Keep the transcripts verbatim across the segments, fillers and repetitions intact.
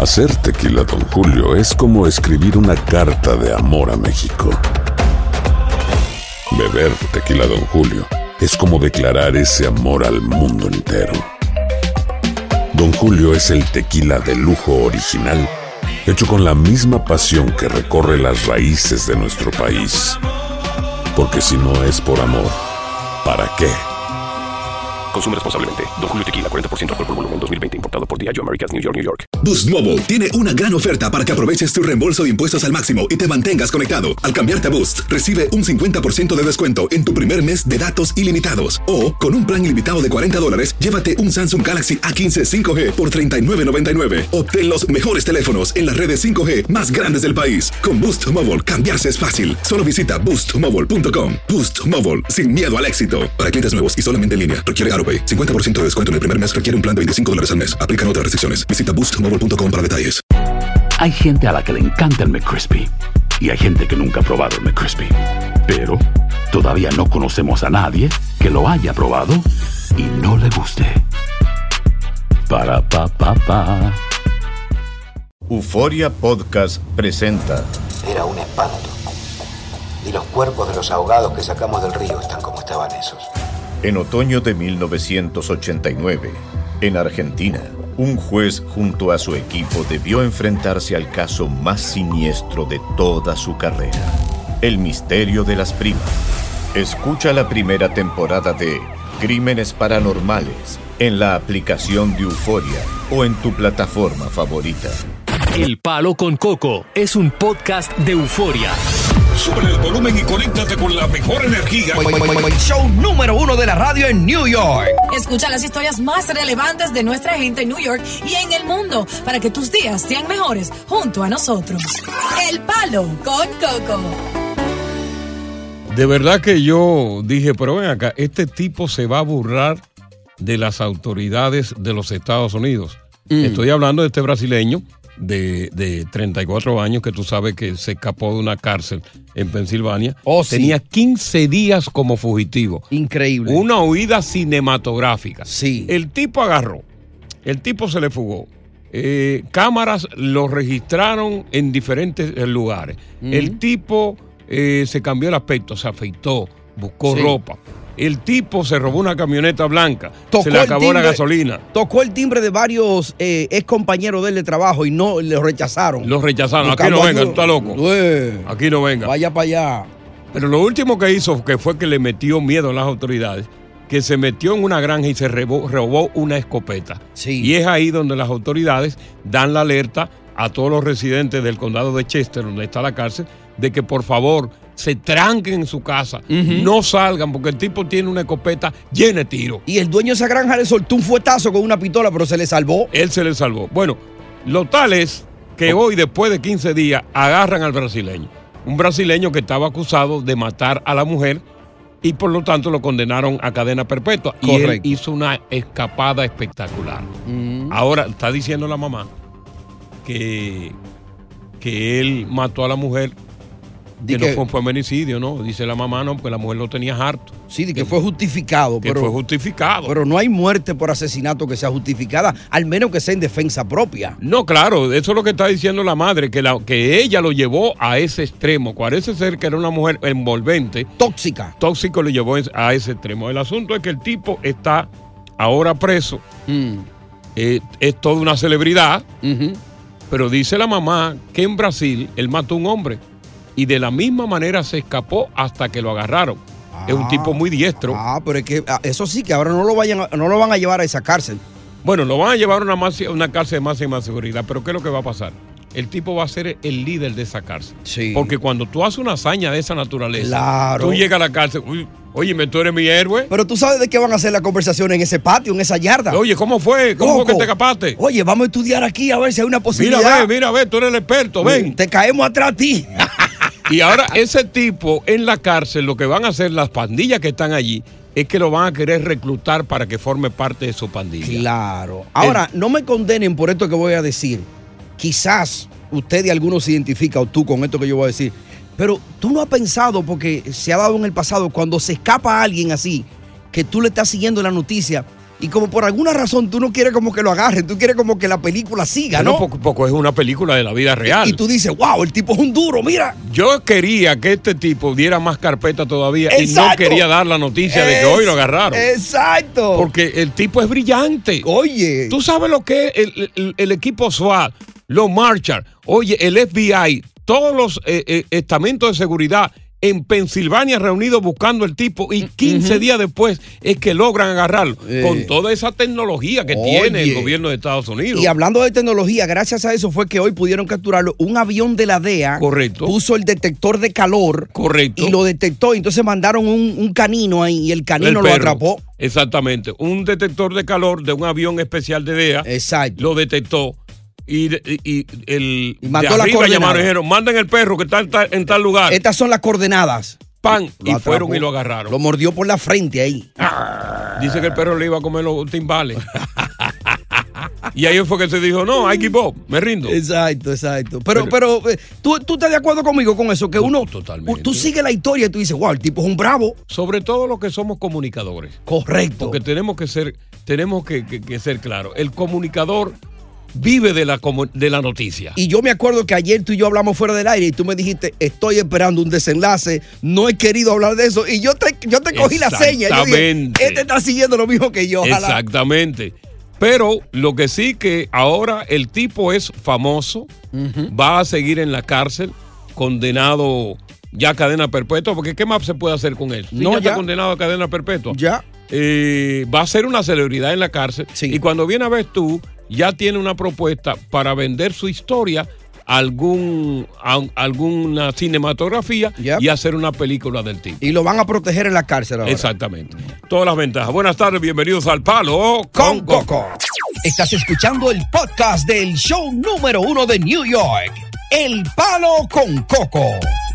Hacer tequila Don Julio es como escribir una carta de amor a México. Beber tequila Don Julio es como declarar ese amor al mundo entero. Don Julio es el tequila de lujo original, hecho con la misma pasión que recorre las raíces de nuestro país. Porque si no es por amor, ¿para qué? Consume responsablemente. Don Julio Tequila, cuarenta por ciento alcohol por volumen, dos mil veinte, importado por Diageo Americas, New York, New York. Boost Mobile tiene una gran oferta para que aproveches tu reembolso de impuestos al máximo y te mantengas conectado. Al cambiarte a Boost, recibe un cincuenta por ciento de descuento en tu primer mes de datos ilimitados. O, con un plan ilimitado de cuarenta dólares, llévate un Samsung Galaxy A quince cinco G por treinta y nueve noventa y nueve. Obtén los mejores teléfonos en las redes cinco G más grandes del país. Con Boost Mobile, cambiarse es fácil. Solo visita boost mobile punto com. Boost Mobile, sin miedo al éxito. Para clientes nuevos y solamente en línea, requiere AutoPay. cincuenta por ciento de descuento en el primer mes, requiere un plan de veinticinco dólares al mes. Aplican otras restricciones. Visita boost mobile punto com para detalles. Hay gente a la que le encanta el McCrispy y hay gente que nunca ha probado el McCrispy. Pero todavía no conocemos a nadie que lo haya probado y no le guste. Para pa pa pa. Euforia Podcast presenta. Era un espanto. Y los cuerpos de los ahogados que sacamos del río están como estaban esos. En otoño de mil novecientos ochenta y nueve, en Argentina, un juez junto a su equipo debió enfrentarse al caso más siniestro de toda su carrera: el misterio de las primas. Escucha la primera temporada de Crímenes Paranormales en la aplicación de Euforia o en tu plataforma favorita. El Palo con Coco es un podcast de Euforia. Sube el volumen y conéctate con la mejor energía. Show número uno de la radio en New York. Escucha las historias más relevantes de nuestra gente en New York y en el mundo para que tus días sean mejores junto a nosotros. El Palo con Coco. De verdad que yo dije, pero ven acá, este tipo se va a burlar de las autoridades de los Estados Unidos. Mm. Estoy hablando de este brasileño de, de treinta y cuatro años que tú sabes que se escapó de una cárcel en Pensilvania. Oh, sí. Tenía quince días como fugitivo. Increíble. Una huida cinematográfica. Sí. El tipo agarró, el tipo se le fugó. Eh, cámaras lo registraron en diferentes lugares. Mm. El tipo eh, se cambió el aspecto, se afeitó, buscó sí. ropa. El tipo se robó una camioneta blanca, tocó se le acabó timbre, la gasolina. Tocó el timbre de varios eh, ex compañeros de él de trabajo y no lo rechazaron. Lo rechazaron. Aquí no venga, tú estás loco. Ué, Aquí no venga. Vaya para allá. Pero lo último que hizo que fue que le metió miedo a las autoridades, que se metió en una granja y se robó, robó una escopeta. Sí. Y es ahí donde las autoridades dan la alerta a todos los residentes del condado de Chester, donde está la cárcel, de que por favor se tranquen en su casa, uh-huh. no salgan, porque el tipo tiene una escopeta llena de tiros. Y el dueño de esa granja le soltó un fuetazo con una pistola, pero se le salvó. Él se le salvó. Bueno, lo tal es que oh. hoy, después de quince días, agarran al brasileño. Un brasileño que estaba acusado de matar a la mujer y por lo tanto lo condenaron a cadena perpetua. Correcto. Y él hizo una escapada espectacular. Uh-huh. Ahora está diciendo la mamá que, que él mató a la mujer. Que, que no fue un feminicidio, ¿no? Dice la mamá, no, porque la mujer lo tenía harto. Sí, de que fue justificado. Que pero, fue justificado. Pero no hay muerte por asesinato que sea justificada, al menos que sea en defensa propia. No, claro, eso es lo que está diciendo la madre, que, la, que ella lo llevó a ese extremo. Parece ser que era una mujer envolvente. Tóxica. Tóxico le llevó a ese extremo. El asunto es que el tipo está ahora preso. Mm. Eh, es toda una celebridad. Uh-huh. Pero dice la mamá que en Brasil él mató a un hombre. Y de la misma manera se escapó hasta que lo agarraron. Ah, es un tipo muy diestro. Ah, pero es que eso sí, que ahora no lo vayan, no lo van a llevar a esa cárcel. Bueno, lo van a llevar a una, más, una cárcel de máxima seguridad, pero ¿qué es lo que va a pasar? El tipo va a ser el líder de esa cárcel. Sí. Porque cuando tú haces una hazaña de esa naturaleza, claro. tú llegas a la cárcel, uy, óyeme, tú eres mi héroe. Pero tú sabes de qué van a hacer la conversación en ese patio, en esa yarda. Oye, ¿cómo fue? ¿Cómo Coco, fue que te escapaste? Oye, vamos a estudiar aquí a ver si hay una posibilidad. Mira, ve, mira, ve, tú eres el experto, ven. Te caemos atrás a ti. Y ahora ese tipo en la cárcel, lo que van a hacer las pandillas que están allí, es que lo van a querer reclutar para que forme parte de su pandilla. Claro. Ahora, El... no me condenen por esto que voy a decir. Quizás usted y algunos se identifica, o tú, con esto que yo voy a decir. Pero tú no has pensado, porque se ha dado en el pasado, cuando se escapa a alguien así, que tú le estás siguiendo la noticia, y como por alguna razón tú no quieres como que lo agarren, tú quieres como que la película siga, ¿no? Bueno, poco, poco es una película de la vida real. Y, y tú dices, wow, el tipo es un duro, mira. Yo quería que este tipo diera más carpeta todavía. Exacto. Y no quería dar la noticia es, de que hoy lo agarraron. Exacto. Porque el tipo es brillante. Oye. Tú sabes lo que es el, el, el equipo SWAT, los Marshall, oye, el F B I, todos los eh, eh, estamentos de seguridad en Pensilvania reunidos buscando el tipo y quince uh-huh. días después es que logran agarrarlo eh. con toda esa tecnología que Oye. tiene el gobierno de Estados Unidos. Y hablando de tecnología, gracias a eso fue que hoy pudieron capturarlo. Un avión de la D E A Correcto. puso el detector de calor Correcto. y lo detectó. Entonces mandaron un, un canino ahí y el canino el lo atrapó. Exactamente. Un detector de calor de un avión especial de D E A Exacto. lo detectó. Y, y, y el y mandó de arriba la llamaron y dijeron, manden el perro que está en tal, en tal lugar. Estas son las coordenadas. Pan, lo y atrapó. fueron y lo agarraron. Lo mordió por la frente ahí. Ah, dice que el perro le iba a comer los timbales. Y ahí fue que se dijo, no, I give up, me rindo. Exacto, exacto. Pero, pero, pero ¿tú, ¿tú estás de acuerdo conmigo con eso? Que uno, totalmente. Tú sigues la historia y tú dices, wow, el tipo es un bravo. Sobre todo los que somos comunicadores. Correcto. Porque tenemos que ser, tenemos que, que, que ser claros. El comunicador vive de la, de la noticia. Y yo me acuerdo que ayer tú y yo hablamos fuera del aire y tú me dijiste, estoy esperando un desenlace, no he querido hablar de eso. Y yo te, yo te cogí la seña. Yo dije, este está siguiendo lo mismo que yo. Ojalá. Exactamente. Pero lo que sí que ahora el tipo es famoso, uh-huh. va a seguir en la cárcel, condenado ya a cadena perpetua, porque ¿qué más se puede hacer con él? No, ya, ya está condenado a cadena perpetua. Ya. Eh, va a ser una celebridad en la cárcel. Sí. Y cuando viene a ver tú, ya tiene una propuesta para vender su historia a algún, a, alguna cinematografía yep. y hacer una película del tipo. Y lo van a proteger en la cárcel ahora. Exactamente. Todas las ventajas. Buenas tardes, bienvenidos al Palo con, con Coco. Coco. Estás escuchando el podcast del show número uno de New York, El Palo con Coco.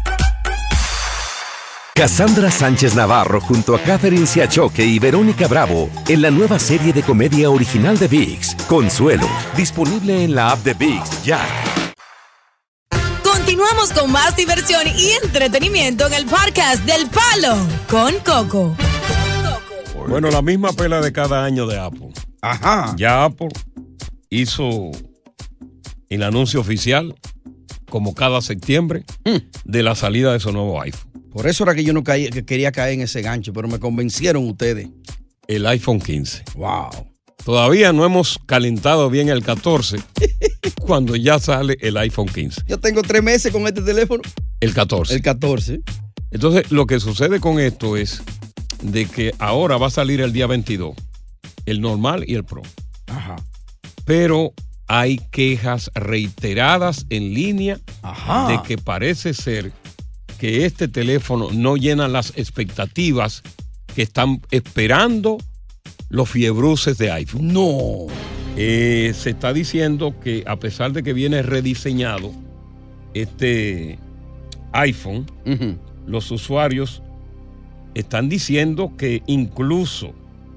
Cassandra Sánchez Navarro junto a Catherine Siachoque y Verónica Bravo en la nueva serie de comedia original de ViX, Consuelo, disponible en la app de ViX ya. Continuamos con más diversión y entretenimiento en el podcast del Palo con Coco. Bueno, la misma pela de cada año de Apple. Ajá. Ya Apple hizo el anuncio oficial, como cada septiembre, mm. de la salida de su nuevo iPhone. Por eso era que yo no caía, que quería caer en ese gancho, pero me convencieron ustedes. El iPhone quince. Wow. Todavía no hemos calentado bien el catorce cuando ya sale el iPhone quince. Yo tengo tres meses con este teléfono. El catorce. El catorce. Entonces, lo que sucede con esto es de que ahora va a salir el día veintidós, el normal y el Pro. Ajá. Pero hay quejas reiteradas en línea Ajá. de que parece ser que este teléfono no llena las expectativas que están esperando los fiebruces de iPhone. No. Eh, se está diciendo que a pesar de que viene rediseñado este iPhone, uh-huh. los usuarios están diciendo que incluso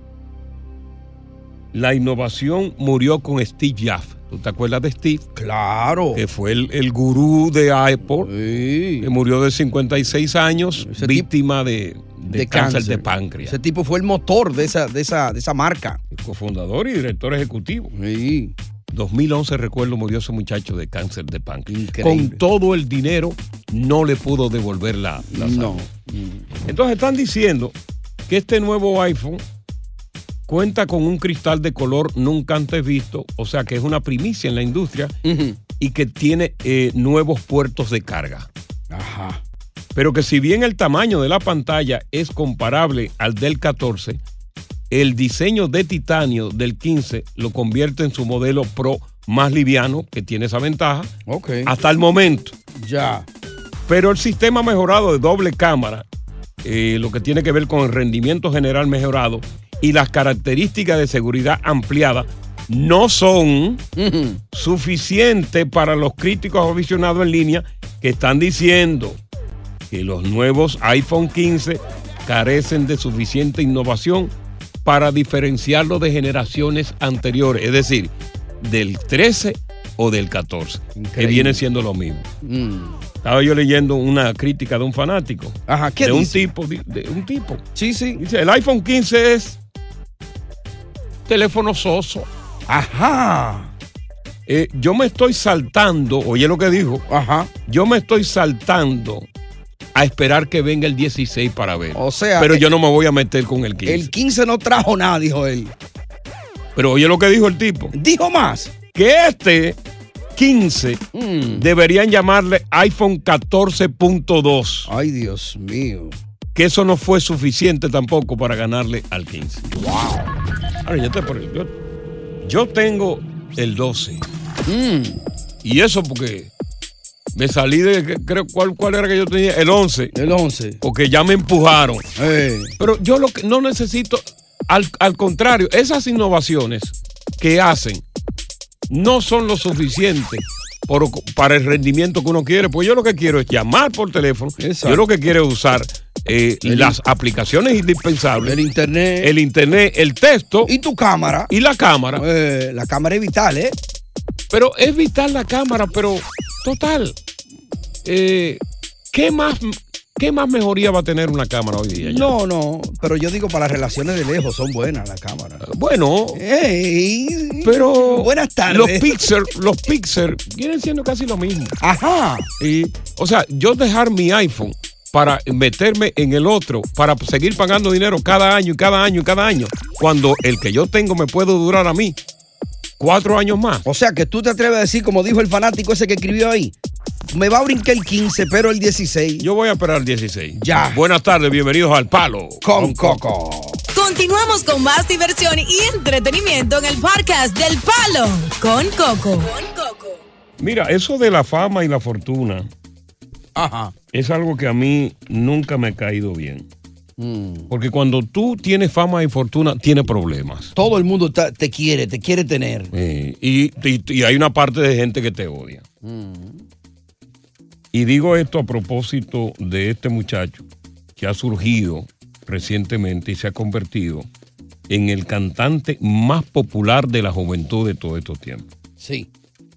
la innovación murió con Steve Jobs. ¿Tú te acuerdas de Steve? Claro. Que fue el, el gurú de Apple. Sí. Que murió de cincuenta y seis años, ese víctima de, de, de cáncer, cáncer de páncreas. Ese tipo fue el motor de esa, de esa, de esa marca. El cofundador y director ejecutivo. Sí. dos mil once, recuerdo, murió ese muchacho de cáncer de páncreas. Increíble. Con todo el dinero, no le pudo devolver la, la salud. No. Entonces están diciendo que este nuevo iPhone cuenta con un cristal de color nunca antes visto, o sea que es una primicia en la industria, uh-huh. y que tiene eh, nuevos puertos de carga. Ajá. Pero que si bien el tamaño de la pantalla es comparable al del catorce, el diseño de titanio del quince lo convierte en su modelo Pro más liviano, que tiene esa ventaja, okay. hasta el momento. Ya. Pero el sistema mejorado de doble cámara, eh, lo que tiene que ver con el rendimiento general mejorado y las características de seguridad ampliada, no son uh-huh. suficientes para los críticos aficionados en línea que están diciendo que los nuevos iPhone quince carecen de suficiente innovación para diferenciarlo de generaciones anteriores, es decir, del trece o del catorce, Increíble. Que viene siendo lo mismo. Mm. Estaba yo leyendo una crítica de un fanático. Ajá, ¿qué de dice? un tipo, de, de un tipo. Sí, sí. Dice, el iPhone quince es teléfono soso. Ajá. Eh, yo me estoy saltando, oye lo que dijo. Ajá. Yo me estoy saltando a esperar que venga el dieciséis para ver. O sea. Pero el, yo no me voy a meter con el quince. El quince no trajo nada, dijo él. Pero oye lo que dijo el tipo. Dijo más. Que este quince mm. deberían llamarle iPhone catorce punto dos. Ay, Dios mío. Que eso no fue suficiente tampoco para ganarle al quince. Wow. Ahora, yo, te, yo, yo tengo el doce. Mm. Y eso porque me salí de, creo, ¿cuál, cuál era que yo tenía? El once. El once. Porque ya me empujaron. Hey. Pero yo lo que no necesito, al, al contrario, esas innovaciones que hacen no son lo suficiente por, para el rendimiento que uno quiere. Pues yo lo que quiero es llamar por teléfono. Exacto. Yo lo que quiero es usar eh, las aplicaciones indispensables. El internet. El internet, el texto. Y tu cámara. Y la cámara. Eh, la cámara es vital, ¿eh? Pero es vital la cámara, pero total. Eh, ¿qué más... ¿Qué más mejoría va a tener una cámara hoy día? Ya? No, no, pero yo digo para las relaciones de lejos son buenas las cámaras. Bueno, hey, pero buenas tardes. Los píxeles, los píxeles vienen siendo casi lo mismo. Ajá. Y, o sea, yo dejar mi iPhone para meterme en el otro, para seguir pagando dinero cada año y cada año y cada año, cuando el que yo tengo me puede durar a mí cuatro años más. O sea, que tú te atreves a decir, como dijo el fanático ese que escribió ahí, me va a brincar el quince, pero el dieciséis. Yo voy a esperar el dieciséis. Ya. Buenas tardes, bienvenidos al Palo con, con Coco. Continuamos con más diversión y entretenimiento en el podcast del Palo con Coco. Con Coco. Mira, eso de la fama y la fortuna. Ajá. Es algo que a mí nunca me ha caído bien. Mm. Porque cuando tú tienes fama y fortuna, tienes problemas. Todo el mundo te, te quiere, te quiere tener. Sí. Y, y, y hay una parte de gente que te odia. Mm. Y digo esto a propósito de este muchacho que ha surgido recientemente y se ha convertido en el cantante más popular de la juventud de todos estos tiempos. Sí.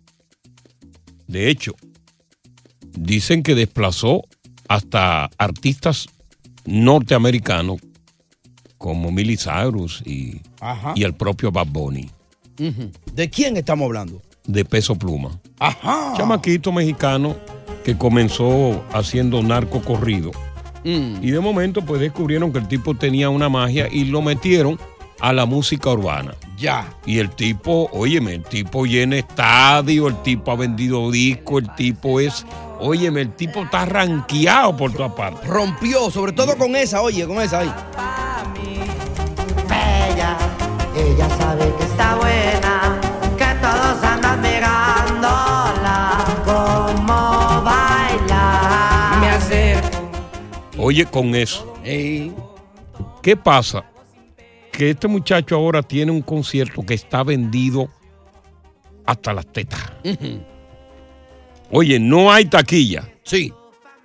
De hecho, dicen que desplazó hasta artistas norteamericanos como Miley Cyrus y, y el propio Bad Bunny. Uh-huh. ¿De quién estamos hablando? De Peso Pluma. Ajá. Chamaquito mexicano que comenzó haciendo narco corrido. Mm. Y de momento pues descubrieron que el tipo tenía una magia y lo metieron a la música urbana. Ya. Y el tipo, óyeme, el tipo llena estadio, el tipo ha vendido discos, el tipo es, óyeme, el tipo está rankeado por todas partes. Rompió, sobre todo con esa, oye, con esa ahí. Bella, ella sabe que está buena, que todos andan mirándola, como baila. Me acerco. Oye, con eso. Hey. ¿Qué pasa? Que este muchacho ahora tiene un concierto que está vendido hasta las tetas. Uh-huh. Oye, no hay taquilla. Sí.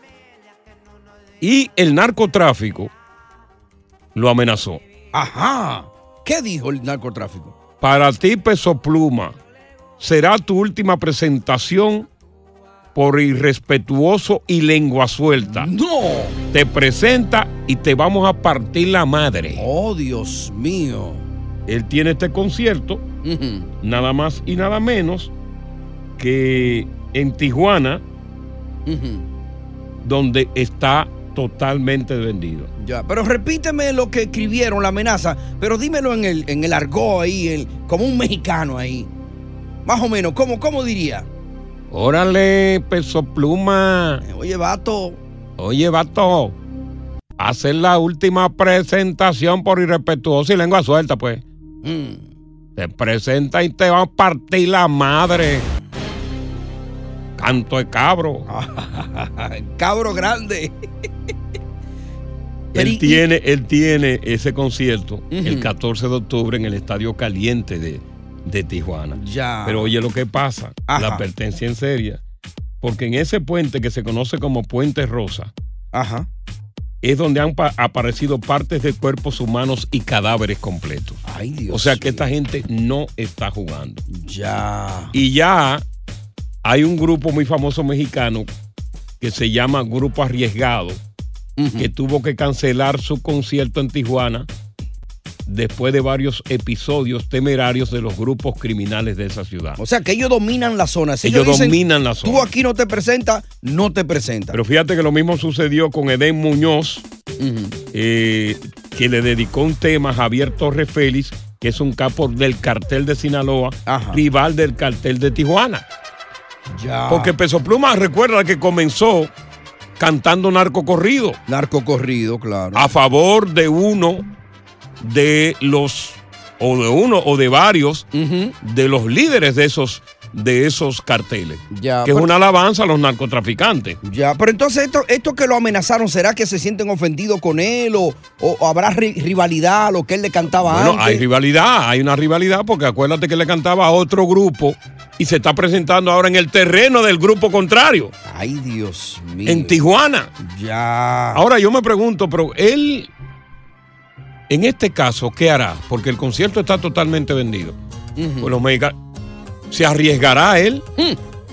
Y el narcotráfico lo amenazó. Ajá. ¿Qué dijo el narcotráfico? Para ti, Peso Pluma, será tu última presentación por irrespetuoso y lengua suelta. ¡No! Te presenta y te vamos a partir la madre. ¡Oh, Dios mío! Él tiene este concierto, uh-huh. nada más y nada menos que en Tijuana, uh-huh. donde está totalmente vendido. Ya, pero repíteme lo que escribieron, la amenaza, pero dímelo en el, en el argot ahí, el, como un mexicano ahí. Más o menos, ¿cómo, cómo diría? Órale, Peso Pluma. Oye, vato. Oye, vato. Hacer la última presentación por irrespetuoso y lengua suelta, pues. Mm. Te presenta y te va a partir la madre. Canto de cabro. Cabro grande. Él tiene, él tiene ese concierto uh-huh. el catorce de octubre en el Estadio Caliente de, de Tijuana. Ya. Pero oye lo que pasa, Ajá. la advertencia en seria, porque en ese puente que se conoce como Puente Rosa, Ajá. es donde han pa- aparecido partes de cuerpos humanos y cadáveres completos. Ay, Dios o sea que mío. esta gente no está jugando. Ya. Y ya hay un grupo muy famoso mexicano que se llama Grupo Arriesgado, uh-huh. que tuvo que cancelar su concierto en Tijuana después de varios episodios temerarios de los grupos criminales de esa ciudad. O sea, que ellos dominan la zona. Si ellos, ellos dicen, dominan la zona. Tú aquí no te presentas, no te presentas. Pero fíjate que lo mismo sucedió con Edén Muñoz, uh-huh. eh, que le dedicó un tema a Javier Torres Félix, que es un capo del cartel de Sinaloa, Ajá. rival del cartel de Tijuana. Ya. Porque Peso Pluma, recuerda que comenzó cantando narcocorrido. Narcocorrido, claro. A favor de uno de los, o de uno o de varios, uh-huh. de los líderes de esos, de esos carteles. Ya, que pero, es una alabanza a los narcotraficantes. Ya, pero entonces esto, esto que lo amenazaron, ¿será que se sienten ofendidos con él o, o, o habrá ri- rivalidad, lo que él le cantaba bueno, antes? Hay rivalidad, hay una rivalidad porque acuérdate que le cantaba a otro grupo y se está presentando ahora en el terreno del grupo contrario. Ay, Dios mío. En Tijuana. Ya. Ahora yo me pregunto, pero él, en este caso, ¿qué hará? Porque el concierto está totalmente vendido. Uh-huh. Pues los mexicanos, ¿se arriesgará él? Uh-huh.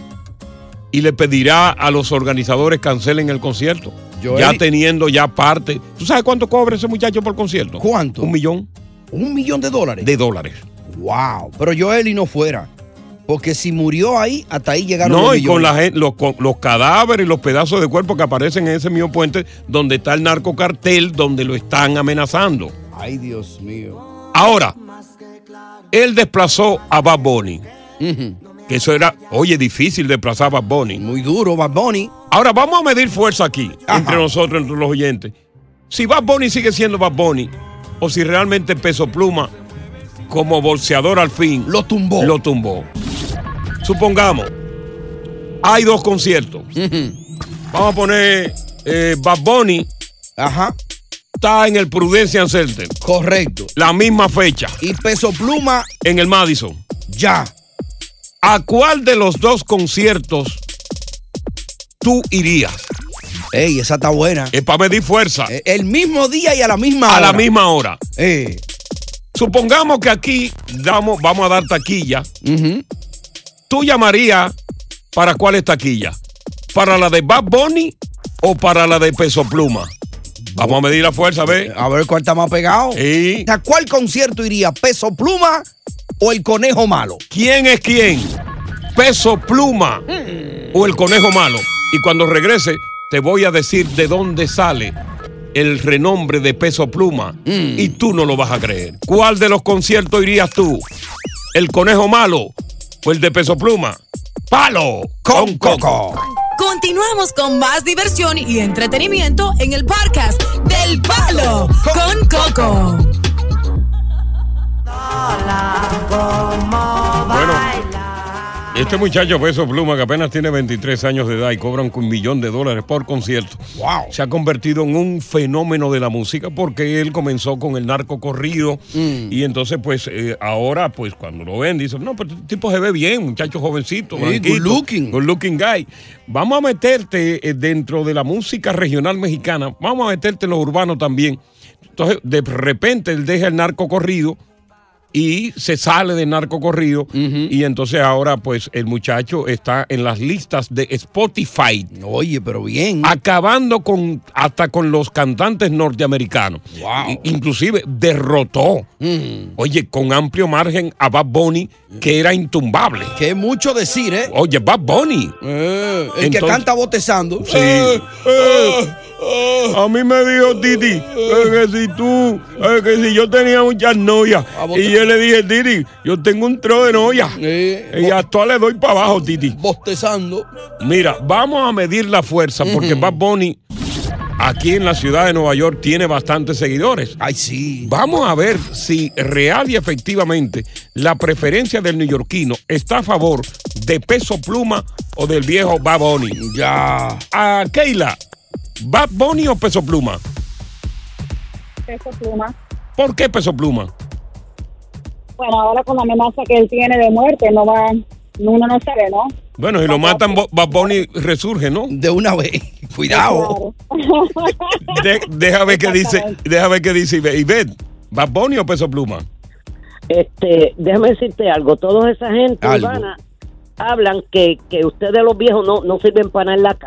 Y le pedirá a los organizadores cancelen el concierto. Yo ya he... teniendo ya parte. ¿Tú sabes cuánto cobra ese muchacho por concierto? ¿Cuánto? Un millón. ¿Un millón de dólares? De dólares. Wow. Pero Joel y no fuera. Porque si murió ahí, hasta ahí llegaron no, los y con, la gente, los, con los cadáveres y los pedazos de cuerpo que aparecen en ese mismo puente donde está el narcocartel, donde lo están amenazando. Ay, Dios mío. Ahora, él desplazó a Bad Bunny. Uh-huh. Que eso era, oye, difícil desplazar a Bad Bunny. Muy duro, Bad Bunny. Ahora vamos a medir fuerza aquí, Ajá. entre nosotros, entre los oyentes. Si Bad Bunny sigue siendo Bad Bunny, o si realmente Peso Pluma, como bolseador al fin, lo tumbó. Lo tumbó. Supongamos, hay dos conciertos. Uh-huh. Vamos a poner eh, Bad Bunny. Ajá. Está en el Prudential Center. Correcto. La misma fecha. Y Peso Pluma en el Madison. Ya. ¿A cuál de los dos conciertos tú irías? Ey, esa está buena. Es para medir fuerza. El mismo día y a la misma hora. A la misma hora. Eh. Supongamos que aquí damos, vamos a dar taquilla. Uh-huh. ¿Tú llamarías para cuáles taquillas? ¿Para la de Bad Bunny o para la de Peso Pluma? Vamos a medir la fuerza, a ver. A ver cuál está más pegado. Sí. ¿A cuál concierto iría? ¿Peso Pluma o el Conejo Malo? ¿Quién es quién? ¿Peso Pluma hmm. o el Conejo Malo? Y cuando regrese, te voy a decir de dónde sale el renombre de Peso Pluma. Mm. Y tú no lo vas a creer. ¿Cuál de los conciertos irías tú? ¿El Conejo Malo o el de Peso Pluma? ¡Palo con Coco! Continuamos con más diversión y entretenimiento en el podcast del Palo con Coco. Bueno, este muchacho Peso Pluma, que apenas tiene veintitrés años de edad y cobra un millón de dólares por concierto, wow. se ha convertido en un fenómeno de la música porque él comenzó con el narco corrido mm. y entonces pues eh, ahora pues cuando lo ven dicen, no, pero el tipo se ve bien, muchacho jovencito, hey, good looking. Good looking guy. Vamos a meterte eh, dentro de la música regional mexicana, vamos a meterte en lo urbano también. Entonces de repente él deja el narco corrido y se sale de narco corrido uh-huh. y entonces ahora pues el muchacho está en las listas de Spotify. Oye, pero bien. Acabando con hasta con los cantantes norteamericanos. Wow. I- inclusive derrotó, uh-huh. oye, con amplio margen a Bad Bunny, que era intumbable. Que mucho decir, ¿eh? Oye, Bad Bunny. Eh, el entonces, que canta botezando. Sí. Eh, eh, eh, a mí me dijo Titi eh, que si tú, eh, que si yo tenía muchas novias. Y yo le dije, Titi, yo tengo un tro de novia. Eh, y a todas le doy para abajo, Titi. Bostezando. Mira, vamos a medir la fuerza porque uh-huh. Bad Bunny aquí en la ciudad de Nueva York tiene bastantes seguidores. Ay, sí. Vamos a ver si real y efectivamente la preferencia del neoyorquino está a favor de Peso Pluma o del viejo Bad Bunny. Ya. A Keila, ¿Bad Bunny o Peso Pluma? Peso Pluma. ¿Por qué Peso Pluma? Bueno, ahora con la amenaza que él tiene de muerte, no va, uno no sabe, ¿no? Bueno, si lo matan, Bad Bunny resurge, ¿no? De una vez. Cuidado. De, deja ver qué dice, deja ver qué dice Ivette. ¿Bad Bunny o Peso Pluma? Este, déjame decirte algo. Toda esa gente urbana hablan que, que ustedes los viejos no, no sirven para nada en la cama.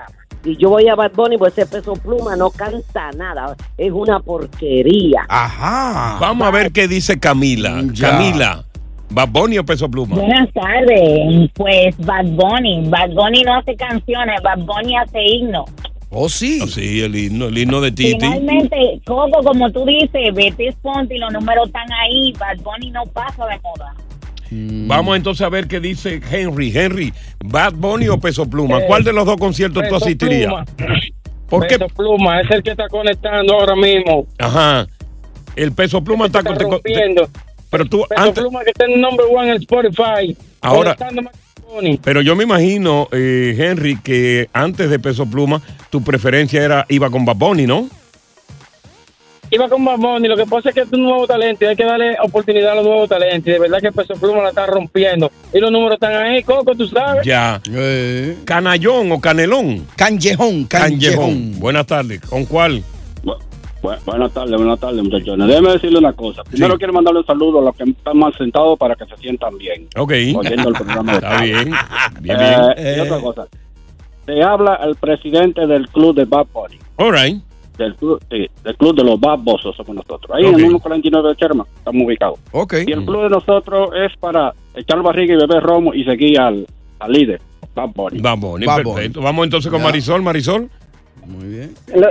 Y yo voy a Bad Bunny, pues ese Peso Pluma no canta nada. Es una porquería. Ajá. Vamos a ver qué dice Camila. Ya. Camila, ¿Bad Bunny o Peso Pluma? Buenas tardes. Pues Bad Bunny. Bad Bunny no hace canciones, Bad Bunny hace himnos. Oh, sí. Oh, sí, el himno, el himno de Titi. Finalmente, Coco, como tú dices, Betis Ponti, los números están ahí. Bad Bunny no pasa de moda. Vamos entonces a ver qué dice Henry. Henry, ¿Bad Bunny o Peso Pluma? ¿Cuál de los dos conciertos tú asistirías? ¿Por qué? Peso Pluma es el que está conectando ahora mismo. Ajá. El Peso Pluma está, está te, rompiendo. Te, pero tú Peso antes, Pluma que está en el number one en Spotify. Ahora, pero yo me imagino, eh, Henry, que antes de Peso Pluma, tu preferencia era iba con Bad Bunny, ¿no? Iba con Bad Bunny, lo que pasa es que es un nuevo talento y hay que darle oportunidad a los nuevos talentos. Y de verdad que Peso Pluma la está rompiendo. Y los números están ahí, Coco, tú sabes. Ya. Eh. Canallón o Canelón. Canjejón, Canjejón. Buenas tardes. ¿Con cuál? Bu- bu- buenas tardes, buenas tardes, muchachones. Déjeme decirle una cosa. Primero sí. quiero mandarle un saludo a los que están más sentados para que se sientan bien. Ok. Oyendo el programa. Está bien. Bien, eh, bien. Y otra cosa. Se habla el presidente del club de Bad Bunny. All right. Del club, sí, del club de los Bad Bossos somos nosotros. Ahí okay. en el uno cuarenta y nueve de Sherman estamos ubicados. Okay. Y el club de nosotros es para echar barriga y beber romo y seguir al, al líder, Bad Bunny. Bad Bunny, Bad perfecto. Bunny. Vamos entonces con ya. Marisol. Marisol. Muy bien. Hello.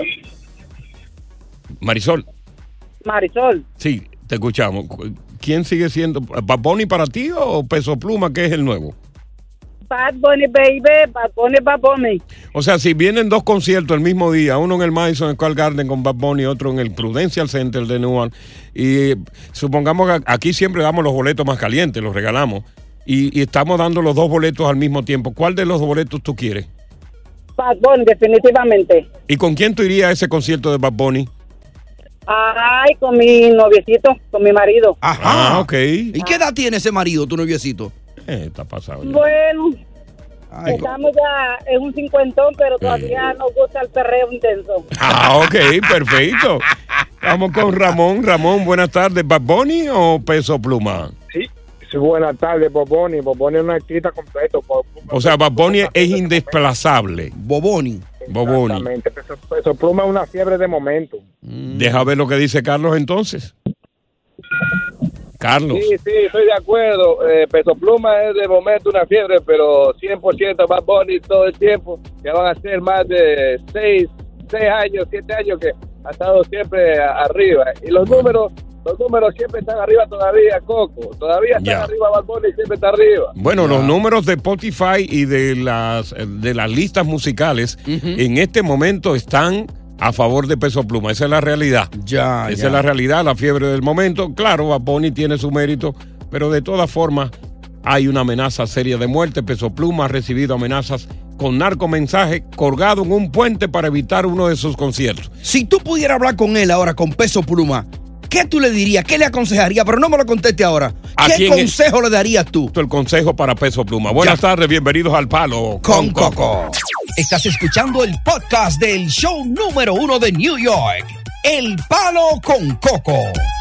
Marisol. Marisol. Sí, te escuchamos. ¿Quién sigue siendo? ¿Bad Bunny para ti o Peso Pluma, que es el nuevo? Bad Bunny, baby, Bad Bunny, Bad Bunny. O sea, si vienen dos conciertos el mismo día, uno en el Madison Square Garden con Bad Bunny, otro en el Prudential Center de Newark, y supongamos que aquí siempre damos los boletos más calientes, los regalamos, y, y estamos dando los dos boletos al mismo tiempo. ¿Cuál de los boletos tú quieres? Bad Bunny, definitivamente. ¿Y con quién tú irías a ese concierto de Bad Bunny? Ay, con mi noviecito, con mi marido. Ajá. Ah, ok. ¿Y qué edad tiene ese marido, tu noviecito? Eh, está pasado ya. Bueno, Ay, estamos ya en un cincuentón, pero todavía eh. nos gusta el perreo intenso. Ah, ok, perfecto. Vamos con Ramón. Ramón, buenas tardes. ¿Bad Bunny o Peso Pluma? Sí, sí, buenas tardes, Bad Bunny. Bad Bunny es un artista completo. O sea, Bad Bunny es indesplazable. Boboni. Boboni. Exactamente. Peso, Peso Pluma es una fiebre de momento. Mm. Deja ver lo que dice Carlos entonces. Carlos. Sí, sí, estoy de acuerdo. Eh, Peso Pluma es de momento una fiebre, pero cien por ciento Bad Bunny todo el tiempo. Ya van a ser más de seis, seis años, siete años que ha estado siempre a, arriba. Y los números, los números siempre están arriba todavía, Coco. Todavía están ya. arriba Bad Bunny, siempre está arriba. Bueno, ya. Los números de Spotify y de las, de las listas musicales uh-huh. en este momento están a favor de Peso Pluma. Esa es la realidad. Ya, Esa ya. es la realidad, la fiebre del momento. Claro, Bad Bunny tiene su mérito, pero de todas formas hay una amenaza seria de muerte. Peso Pluma ha recibido amenazas con narcomensaje colgado en un puente para evitar uno de sus conciertos. Si tú pudieras hablar con él ahora, con Peso Pluma, ¿qué tú le dirías? ¿Qué le aconsejarías? Pero no me lo conteste ahora. ¿Qué consejo le darías tú? El consejo para Peso Pluma. Buenas ya. tardes, bienvenidos al Palo con, con Coco. Coco. Estás escuchando el podcast del show número uno de New York, El Palo con Coco.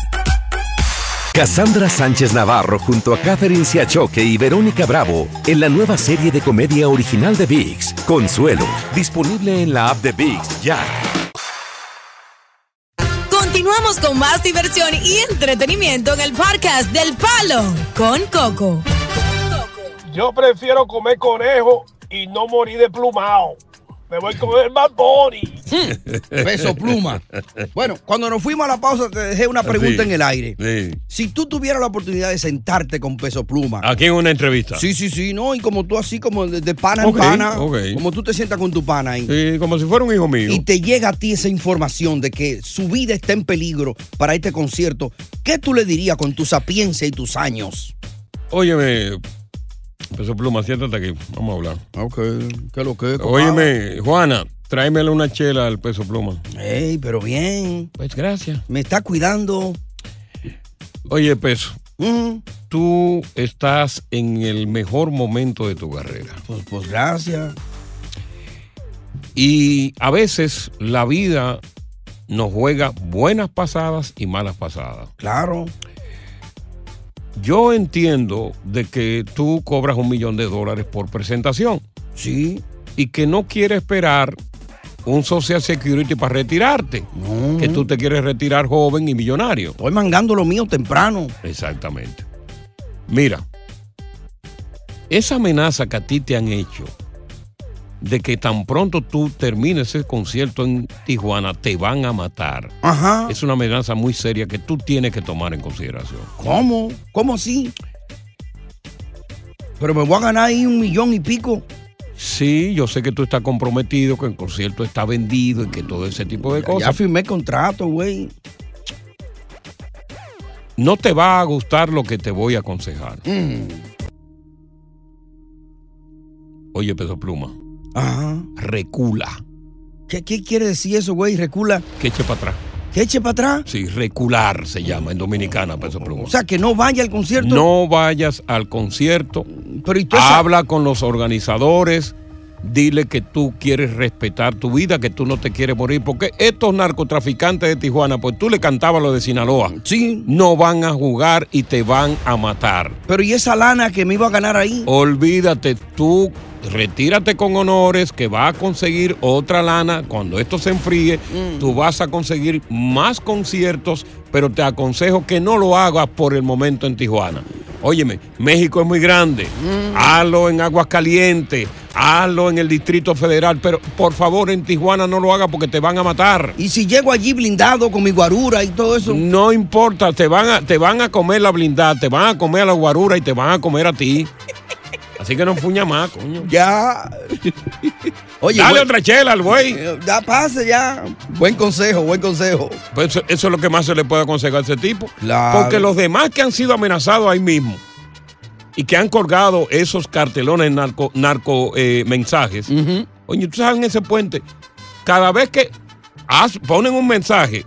Cassandra Sánchez Navarro junto a Catherine Siachoque y Verónica Bravo en la nueva serie de comedia original de ViX, Consuelo, disponible en la app de ViX ya. Continuamos con más diversión y entretenimiento en el podcast del Palo con Coco. Yo prefiero comer conejo y no morir de plumao. Me voy con el Bad Bunny. Peso Pluma. Bueno, cuando nos fuimos a la pausa te dejé una pregunta sí, en el aire. Sí. Si tú tuvieras la oportunidad de sentarte con Peso Pluma. Aquí en una entrevista. Sí, sí, sí, no, y como tú así, como de, de pana en okay, pana, okay. como tú te sientas con tu pana ahí. Sí, como si fuera un hijo mío. Y te llega a ti esa información de que su vida está en peligro para este concierto. ¿Qué tú le dirías con tu sapiencia y tus años? Óyeme, Peso Pluma, siéntate aquí, vamos a hablar. Ok, ¿qué es lo que es? Óyeme, Juana, tráemele una chela al Peso Pluma. Ey, pero bien. Pues gracias. Me está cuidando. Oye, Peso, mm. tú estás en el mejor momento de tu carrera. Pues, pues gracias. Y a veces la vida nos juega buenas pasadas y malas pasadas. Claro. Yo entiendo de que tú cobras un millón de dólares por presentación. Sí. Y que no quieres esperar un Social Security para retirarte. No. Que tú te quieres retirar joven y millonario. Estoy mangando lo mío temprano. Exactamente. Mira, esa amenaza que a ti te han hecho de que tan pronto tú termines el concierto en Tijuana, te van a matar. Ajá. Es una amenaza muy seria que tú tienes que tomar en consideración. ¿Cómo? ¿Cómo así? Pero me voy a ganar ahí un millón y pico. Sí, yo sé que tú estás comprometido, que el concierto está vendido y que todo ese tipo de cosas. Ya firmé contrato, güey. No te va a gustar lo que te voy a aconsejar. Mm. Oye, Peso Pluma. Ajá. Recula. ¿Qué, qué quiere decir eso, güey? Recula. Que eche para atrás. ¿Que eche para atrás? Sí, recular se llama en dominicana, Peso Pluma. O sea, que no vaya al concierto. No vayas al concierto. Pero ¿y tú habla esa... con los organizadores. Dile que tú quieres respetar tu vida, que tú no te quieres morir. Porque estos narcotraficantes de Tijuana, pues tú le cantabas lo de Sinaloa. Sí. No van a jugar y te van a matar. Pero ¿y esa lana que me iba a ganar ahí? Olvídate, tú retírate con honores, que vas a conseguir otra lana. Cuando esto se enfríe, mm. tú vas a conseguir más conciertos, pero te aconsejo que no lo hagas por el momento en Tijuana. Óyeme, México es muy grande. Mm. Hazlo en Aguascalientes, hazlo en el Distrito Federal, pero por favor en Tijuana no lo hagas porque te van a matar. ¿Y si llego allí blindado con mi guarura y todo eso? No importa, te van a, te van a comer la blindada, te van a comer la guarura y te van a comer a ti. Así que no fuña más, coño. Ya. Oye, dale güey, otra chela al güey. Ya pase, ya. Buen consejo, buen consejo. Pues eso, eso es lo que más se le puede aconsejar a ese tipo. Claro. Porque los demás que han sido amenazados ahí mismo y que han colgado esos cartelones narco, narco eh, mensajes. Uh-huh. Oye, tú sabes en ese puente, cada vez que has, ponen un mensaje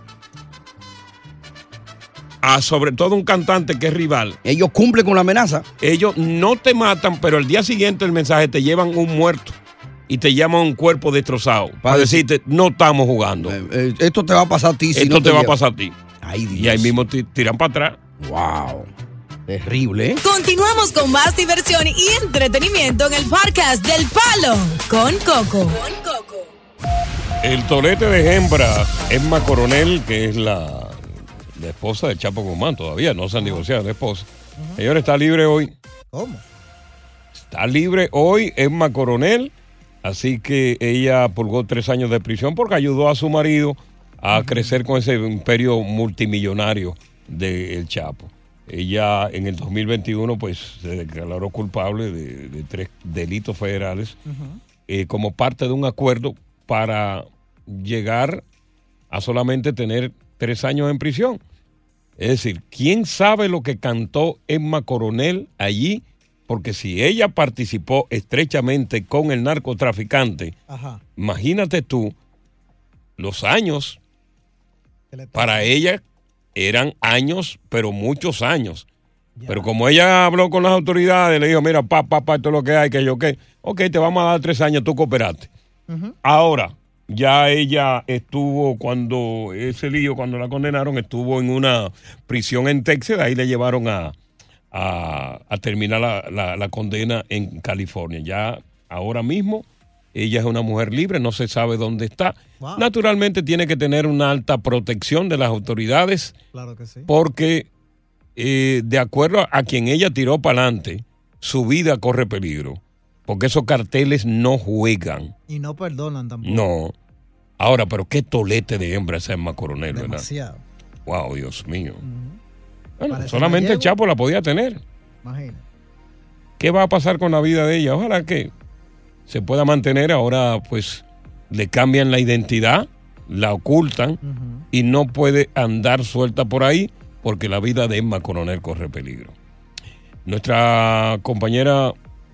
a sobre todo un cantante que es rival. Ellos cumplen con la amenaza. Ellos no te matan, pero el día siguiente el mensaje te llevan un muerto y te llaman un cuerpo destrozado para decirte, no estamos jugando. Eh, eh, esto te va a pasar a ti. Si esto no te, te va lleva. a pasar a ti. Ay, Dios. Y ahí mismo te tiran para atrás. Wow. Terrible, ¿eh? Continuamos con más diversión y entretenimiento en el podcast del Palo con Coco. Con Coco. El tolete de hembra, Emma Coronel, que es la... la esposa de Chapo Guzmán, todavía no se han divorciado, la esposa. Uh-huh. Señor, está libre hoy. ¿Cómo? Está libre hoy Emma Coronel, así que ella purgó tres años de prisión porque ayudó a su marido a uh-huh. crecer con ese imperio multimillonario del Chapo. Ella en el dos mil veintiuno pues se declaró culpable de, de tres delitos federales uh-huh. eh, como parte de un acuerdo para llegar a solamente tener tres años en prisión. Es decir, ¿quién sabe lo que cantó Emma Coronel allí? Porque si ella participó estrechamente con el narcotraficante, ajá. imagínate tú, los años para ella eran años, pero muchos años. Ya. Pero como ella habló con las autoridades, le dijo, mira, papá, papá, esto es lo que hay, que yo qué. Ok, te vamos a dar tres años, tú cooperaste. Uh-huh. Ahora, ya ella estuvo cuando, ese lío, cuando la condenaron, estuvo en una prisión en Texas, ahí le llevaron a, a, a terminar la, la, la condena en California. Ya ahora mismo, ella es una mujer libre, no se sabe dónde está. Wow. Naturalmente tiene que tener una alta protección de las autoridades. Claro que sí. Porque eh, de acuerdo a quien ella tiró para adelante, su vida corre peligro. Porque esos carteles no juegan. Y no perdonan tampoco. No. Ahora, pero qué tolete de hembra esa Emma Coronel, ¿verdad? Demasiado. Wow, Dios mío. Uh-huh. Bueno, parece solamente el Chapo la podía tener. Imagina. ¿Qué va a pasar con la vida de ella? Ojalá que se pueda mantener. Ahora, pues, le cambian la identidad, la ocultan uh-huh. y no puede andar suelta por ahí porque la vida de Emma Coronel corre peligro. Nuestra compañera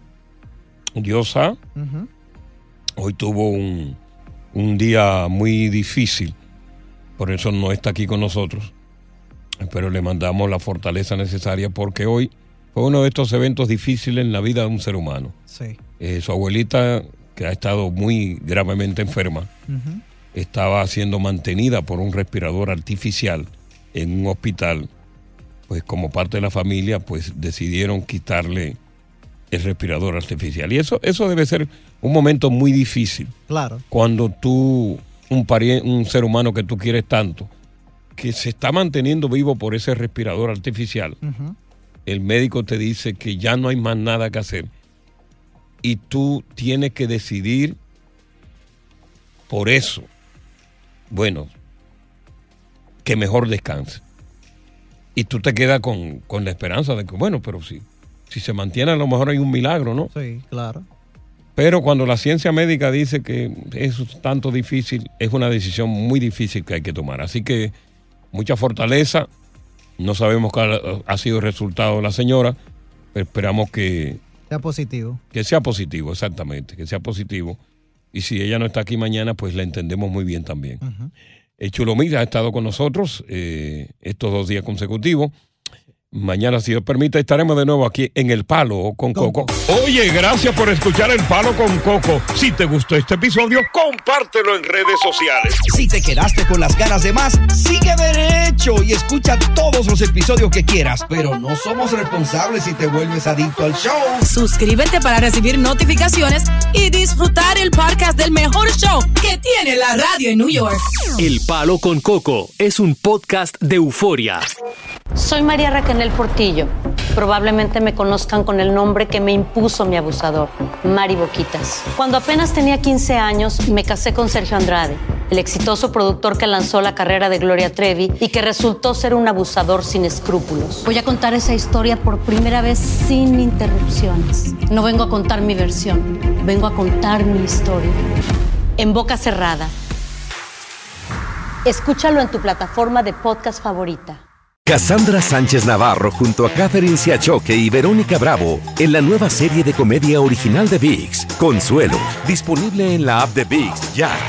Diosa uh-huh. hoy tuvo un, un día muy difícil, por eso no está aquí con nosotros, pero le mandamos la fortaleza necesaria porque hoy fue uno de estos eventos difíciles en la vida de un ser humano. Sí. Eh, su abuelita, que ha estado muy gravemente enferma, uh-huh. estaba siendo mantenida por un respirador artificial en un hospital. Pues como parte de la familia, pues decidieron quitarle el respirador artificial. Y eso, eso debe ser un momento muy difícil. Claro. Cuando tú, un, pari- un ser humano que tú quieres tanto, que se está manteniendo vivo por ese respirador artificial, uh-huh. el médico te dice que ya no hay más nada que hacer y tú tienes que decidir por eso, bueno, que mejor descanse. Y tú te quedas con, con la esperanza de que, bueno, pero si, si se mantiene a lo mejor hay un milagro, ¿no? Sí, claro. Pero cuando la ciencia médica dice que es tanto difícil, es una decisión muy difícil que hay que tomar. Así que mucha fortaleza. No sabemos cuál ha sido el resultado de la señora, pero esperamos que sea positivo. Que sea positivo, exactamente, que sea positivo. Y si ella no está aquí mañana, pues la entendemos muy bien también. Uh-huh. El Chulo Mix ha estado con nosotros eh, estos dos días consecutivos. Mañana, si Dios permite, estaremos de nuevo aquí en El Palo con Coco. Oye, gracias por escuchar El Palo con Coco. Si te gustó este episodio, compártelo en redes sociales. Si te quedaste con las ganas de más, sigue derecho y escucha todos los episodios que quieras. Pero no somos responsables si te vuelves adicto al show. Suscríbete para recibir notificaciones y disfrutar el podcast del mejor show que tiene la radio en New York. El Palo con Coco es un podcast de euforia. Soy María Raquel Portillo. Probablemente me conozcan con el nombre que me impuso mi abusador, Mari Boquitas. Cuando apenas tenía quince años, me casé con Sergio Andrade, el exitoso productor que lanzó la carrera de Gloria Trevi y que resultó ser un abusador sin escrúpulos. Voy a contar esa historia por primera vez sin interrupciones. No vengo a contar mi versión, vengo a contar mi historia. En boca cerrada. Escúchalo en tu plataforma de podcast favorita. Cassandra Sánchez Navarro junto a Catherine Siachoque y Verónica Bravo en la nueva serie de comedia original de ViX, Consuelo, disponible en la app de ViX ya.